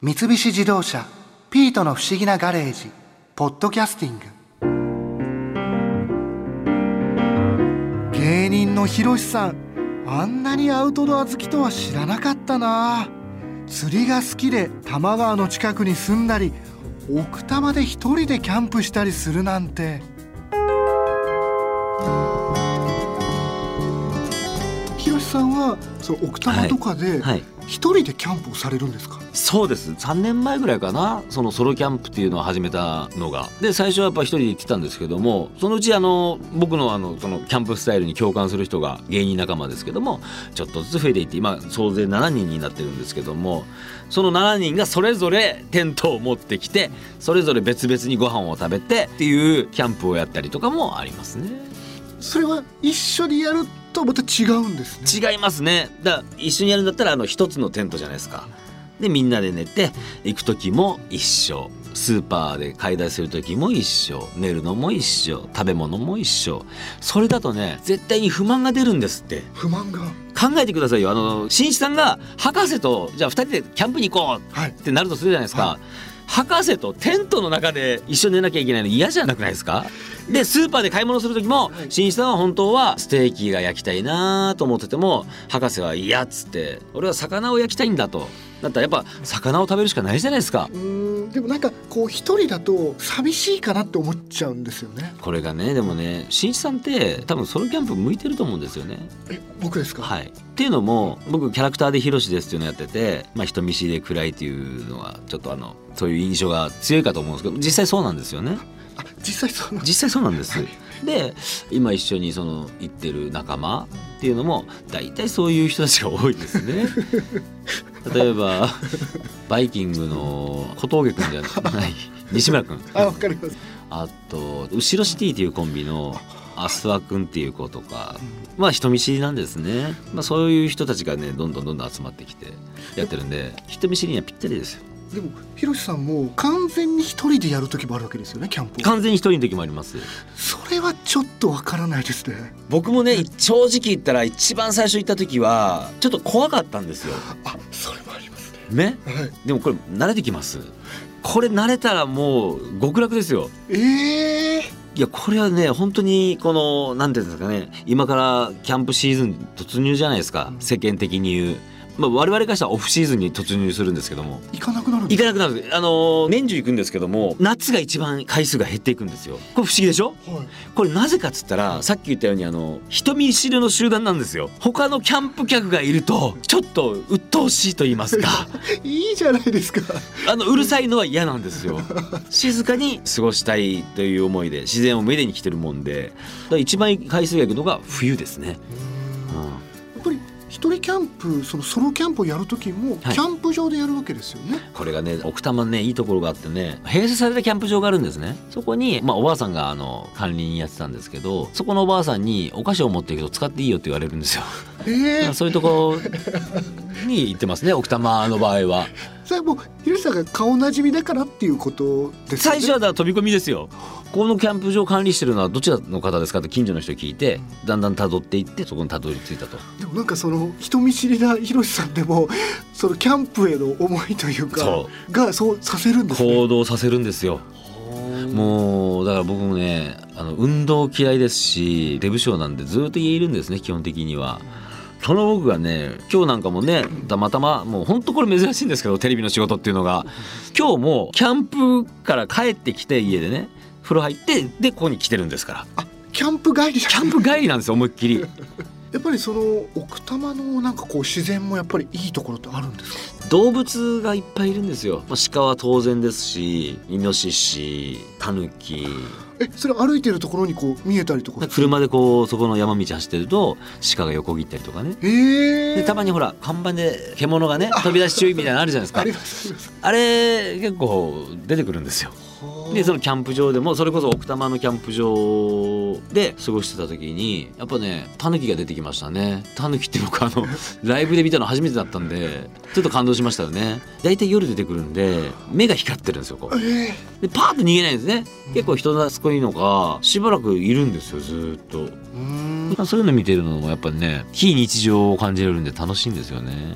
三菱自動車ピートの不思議なガレージポッドキャスティング。芸人のひろしさん、あんなにアウトドア好きとは知らなかったな。釣りが好きで多摩川の近くに住んだり、奥多摩で一人でキャンプしたりするなんて。ひろしさんはその奥多摩とかで一人でキャンプをされるんですか？ そうです。3年前ぐらいかな、そのソロキャンプっていうのを始めたのが。で最初はやっぱ一人で行ってたんですけども、そのうち僕のそのキャンプスタイルに共感する人が芸人仲間ですけどもちょっとずつ増えていって、今総勢7人になってるんですけども、その7人がそれぞれテントを持ってきて、それぞれ別々にご飯を食べてっていうキャンプをやったりとかもありますね。 それは一緒にやるとまた違うんですね。 違いますね。だから一緒にやるんだったら一つのテントじゃないですか。でみんなで寝て、行く時も一緒、スーパーで買い出しする時も一緒、寝るのも一緒、食べ物も一緒。それだとね絶対に不満が出るんですって。 不満が。 考えてくださいよ。新一さんが博士とじゃあ2人でキャンプに行こうってなるとするじゃないですか、博士とテントの中で一緒に寝なきゃいけないの嫌じゃなくないですか？でスーパーで買い物する時も、新一さんは本当はステーキが焼きたいなと思ってても、博士は嫌っつって、俺は魚を焼きたいんだと。だったらやっぱ魚を食べるしかないじゃないですか。 でもなんかこう一人だと寂しいかなって思っちゃうんですよね。 これがね、でもね、新一さんって多分ソロキャンプ向いてると思うんですよね。 僕ですか？ はい。っていうのも僕キャラクターでヒロシですっていうのをやってて、人見知りで暗いっていうのはちょっとそういう印象が強いかと思うんですけど、実際そうなんですよね。 実際そうなんです、 で今一緒に行ってる仲間っていうのも大体そういう人たちが多いですね。例えばバイキングの小峠くんじゃない西村くん、 わかります。 あと後ろシティっていうコンビのアスワくんっていう子とか、人見知りなんですね。そういう人たちがねどんどん集まってきてやってるんで、人見知りにはぴったりですよ。 でもひろしさんも完全に一人でやる時もあるわけですよね、キャンプ。 完全に一人の時もあります。 それはちょっとわからないですね。 僕もね正直言ったら一番最初行った時はちょっと怖かったんですよ。 それもありますね。 でもこれ慣れてきます。これ慣れたらもう極楽ですよ。いやこれはね本当になんていうんですかね、今からキャンプシーズン突入じゃないですか、世間的に言う。我々からしたらオフシーズンに突入するんですけども、 行かなくなる。 年中行くんですけども、夏が一番回数が減っていくんですよ。これ不思議でしょ、これなぜかっつったら、さっき言ったように人見知りの集団なんですよ。他のキャンプ客がいるとちょっと鬱陶しいと言いますかいいじゃないですか。 うるさいのは嫌なんですよ。静かに過ごしたいという思いで自然をめでに来てるもんで、一番回数が行くのが冬ですね。 やっぱり一人キャンプ、そのソロキャンプをやるときもキャンプ場でやるわけですよね。 これがね奥多摩ねいいところがあってね、閉鎖されたキャンプ場があるんですね。そこにおばあさんが管理人やってたんですけど、そこのおばあさんにお菓子を持っていくと使っていいよって言われるんですよ。そういうとこに行ってますね、奥多摩の場合は。 それはもうひろしさんが顔なじみだからっていうことですよね。 最初は飛び込みですよ。このキャンプ場管理してるのはどちらの方ですかって近所の人に聞いて、だんだん辿っていってそこにたどり着いたと。でもなんか人見知りなひろしさんでもそのキャンプへの思いというかがそうさせるんですね。 行動させるんですよ。もうだから僕もね運動嫌いですし、出不精なんでずっと家いるんですね、基本的には。その僕がね今日なんかもねたまたま、もう本当これ珍しいんですけど、テレビの仕事っていうのが今日もキャンプから帰ってきて家でね風呂入って、でここに来てるんですから。 キャンプ帰りじゃん。 キャンプ帰りなんですよ、思いっきり。 やっぱり奥多摩のなんか自然もやっぱりいいところってあるんですか？ 動物がいっぱいいるんですよ。鹿は当然ですし、イノシシ、タヌキ。 それ歩いてるところに見えたりとか、 車でそこの山道走ってると鹿が横切ったりとかね。でたまにほら看板で獣がね飛び出し注意みたいなのあるじゃないですか。あれ結構出てくるんですよ。でそのキャンプ場でも、それこそ奥多摩のキャンプ場で過ごしてた時にやっぱねタヌキが出てきましたね。タヌキって僕ライブで見たの初めてだったんでちょっと感動しましたよね。だいたい夜出てくるんで目が光ってるんですよ。でパーッと逃げないんですね。結構人懐っこいのがしばらくいるんですよ、ずっと。そういうの見てるのもやっぱりね非日常を感じれるんで楽しいんですよね。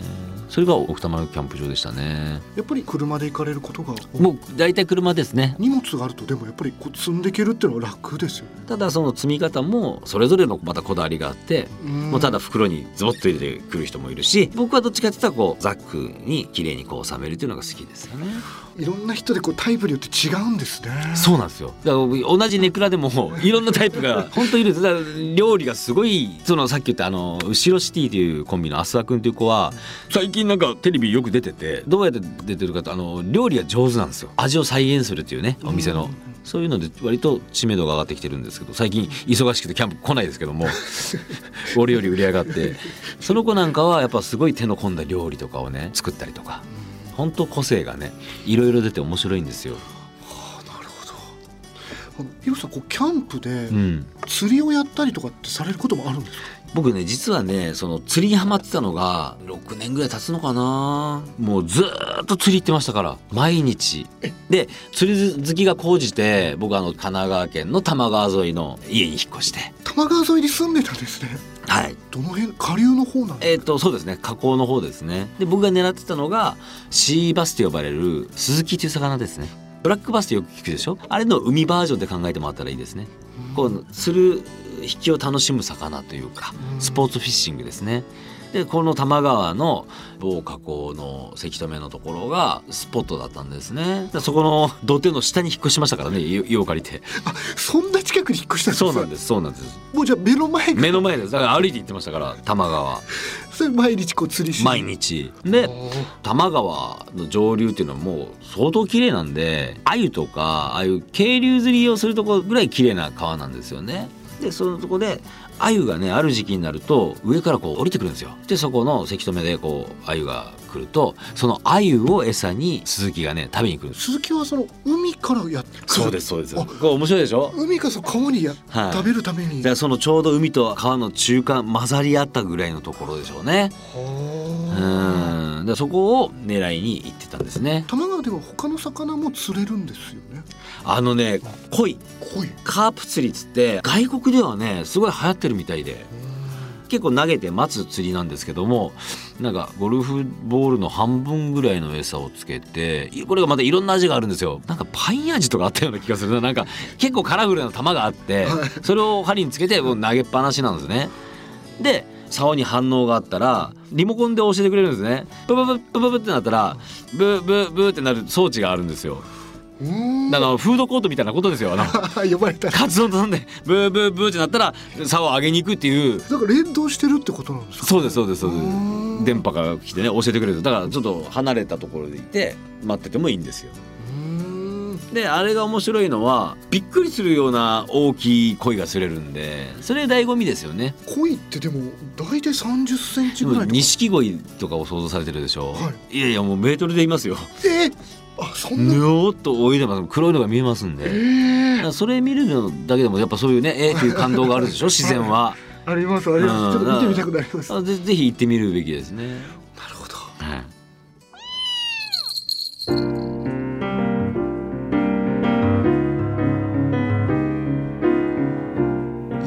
それが奥多摩キャンプ場でしたね。 やっぱり車で行かれることがもう大体車ですね。 荷物があるとでもやっぱりこう積んでいけるっていうのは楽ですよね。 ただその積み方もそれぞれのまたこだわりがあって、もうただ袋にズボッと入れてくる人もいるし、僕はどっちかって言ったらこうザックに綺麗にこう収めるっていうのが好きですよね。 いろんな人でこうタイプによって違うんですね。 そうなんですよ。だから同じネクラでもいろんなタイプが本当いるんです。だから料理がすごい、そのさっき言った後ろシティというコンビのアスワ君という子は最近なんかテレビよく出てて、どうやって出てるかと料理が上手なんですよ。味を再現するっていうね、お店のそういうので割と知名度が上がってきてるんですけど、最近忙しくてキャンプ来ないですけども俺より売り上がって、その子なんかはやっぱすごい手の込んだ料理とかをね作ったりとか、本当個性がねいろいろ出て面白いんですよ。 なるほど。ヒロさんこうキャンプで釣りをやったりとかってされることもあるんですか？ 僕ね実はねその釣りにハマってたのが6年ぐらい経つのかな。もうずっと釣り行ってましたから、毎日で釣り好きが高じて、僕神奈川県の多摩川沿いの家に引っ越して。 多摩川沿いに住んでたんですね。 はい。 どの辺？下流の方なんですか？ そうですね、河口の方ですね。で僕が狙ってたのがシーバスと呼ばれるスズキという魚ですね。ブラックバスってよく聞くでしょ。あれの海バージョンで考えてもらったらいいですね。こう釣る引きを楽しむ魚というかスポーツフィッシングですね。でこの多摩川の某河口のせき止めのところがスポットだったんですね。でそこの土手の下に引っ越しましたからね、家を借りて。 あ、そんな近くに引っ越したんですか？ そうなんです、そうなんです。 もうじゃあ目の前です。だから歩いて行ってましたから、多摩川。 それ毎日こう釣りして毎日で、多摩川の上流っていうのはもう相当綺麗なんで、鮎とかああいう渓流釣りをするところぐらい綺麗な川なんですよね。でそのとこで鮎がねある時期になると上からこう降りてくるんですよ。でそこのせき止めでこう鮎が来ると、その鮎を餌にスズキがね食べに来るんです。 スズキはその海からやってくる？ そうですそうです。これ面白いでしょ。 海からその川にはい、 食べるために。 だからそのちょうど海と川の中間混ざり合ったぐらいのところでしょうね。でそこを狙いに行ってたんですね。 多摩川では他の魚も釣れるんですよね。 鯉カープ釣りつって外国ではねすごい流行ってるみたいで、結構投げて待つ釣りなんですけども、なんかゴルフボールの半分ぐらいの餌をつけて、これがまたいろんな味があるんですよ。なんかパイン味とかあったような気がするな。なんか結構カラフルな玉があってそれを針につけて投げっぱなしなんですね。で竿に反応があったらリモコンで教えてくれるんですね。ブブブブブブってなったらブブブってなる装置があるんですよ。だからフードコートみたいなことですよ。 呼ばれたカツオと飲んでブーブーブーってなったら竿を上げに行くっていう。 だから連動してるってことなんですか？ そうですそうですそうです。電波が来てね教えてくれる。だからちょっと離れたところでいて待っててもいいんですよ。であれが面白いのはびっくりするような大きい鯉が釣れるんで、それ醍醐味ですよね。 鯉ってでも大体30センチぐらい。 錦鯉とかを想像されてるでしょ、 はい、 いやいやもうメートルでいますよ。 あ、そんなぬおっと泳いでます。黒いのが見えますんで、それ見るのだけでもやっぱそういうねっていう感動があるでしょ自然は。 ありますあります、ちょっと見てみたくなります。 ぜひ行ってみるべきですね。 なるほど、 はい 。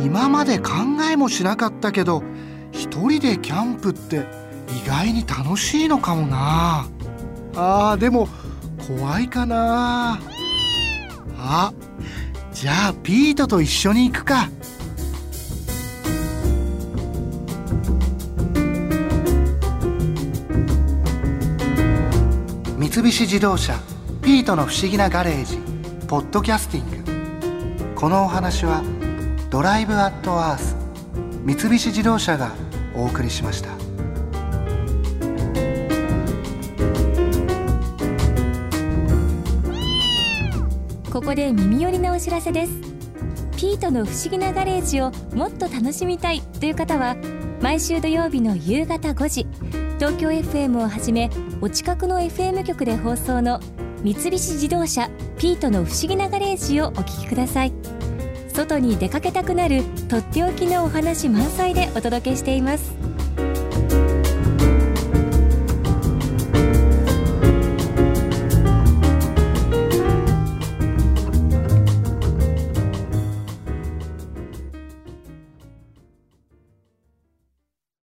今まで考えもしなかったけど一人でキャンプって意外に楽しいのかもな。でも怖いかな。じゃあピートと一緒に行くか。三菱自動車ピートの不思議なガレージポッドキャスティング。このお話はドライブアットアース三菱自動車がお送りしました。 ここで耳寄りなお知らせです。ピートの不思議なガレージをもっと楽しみたいという方は、毎週土曜日の夕方5時東京 FM をはじめお近くの FM 局で放送の三菱自動車ピートの不思議なガレージをお聞きください。外に出かけたくなるとっておきのお話満載でお届けしています。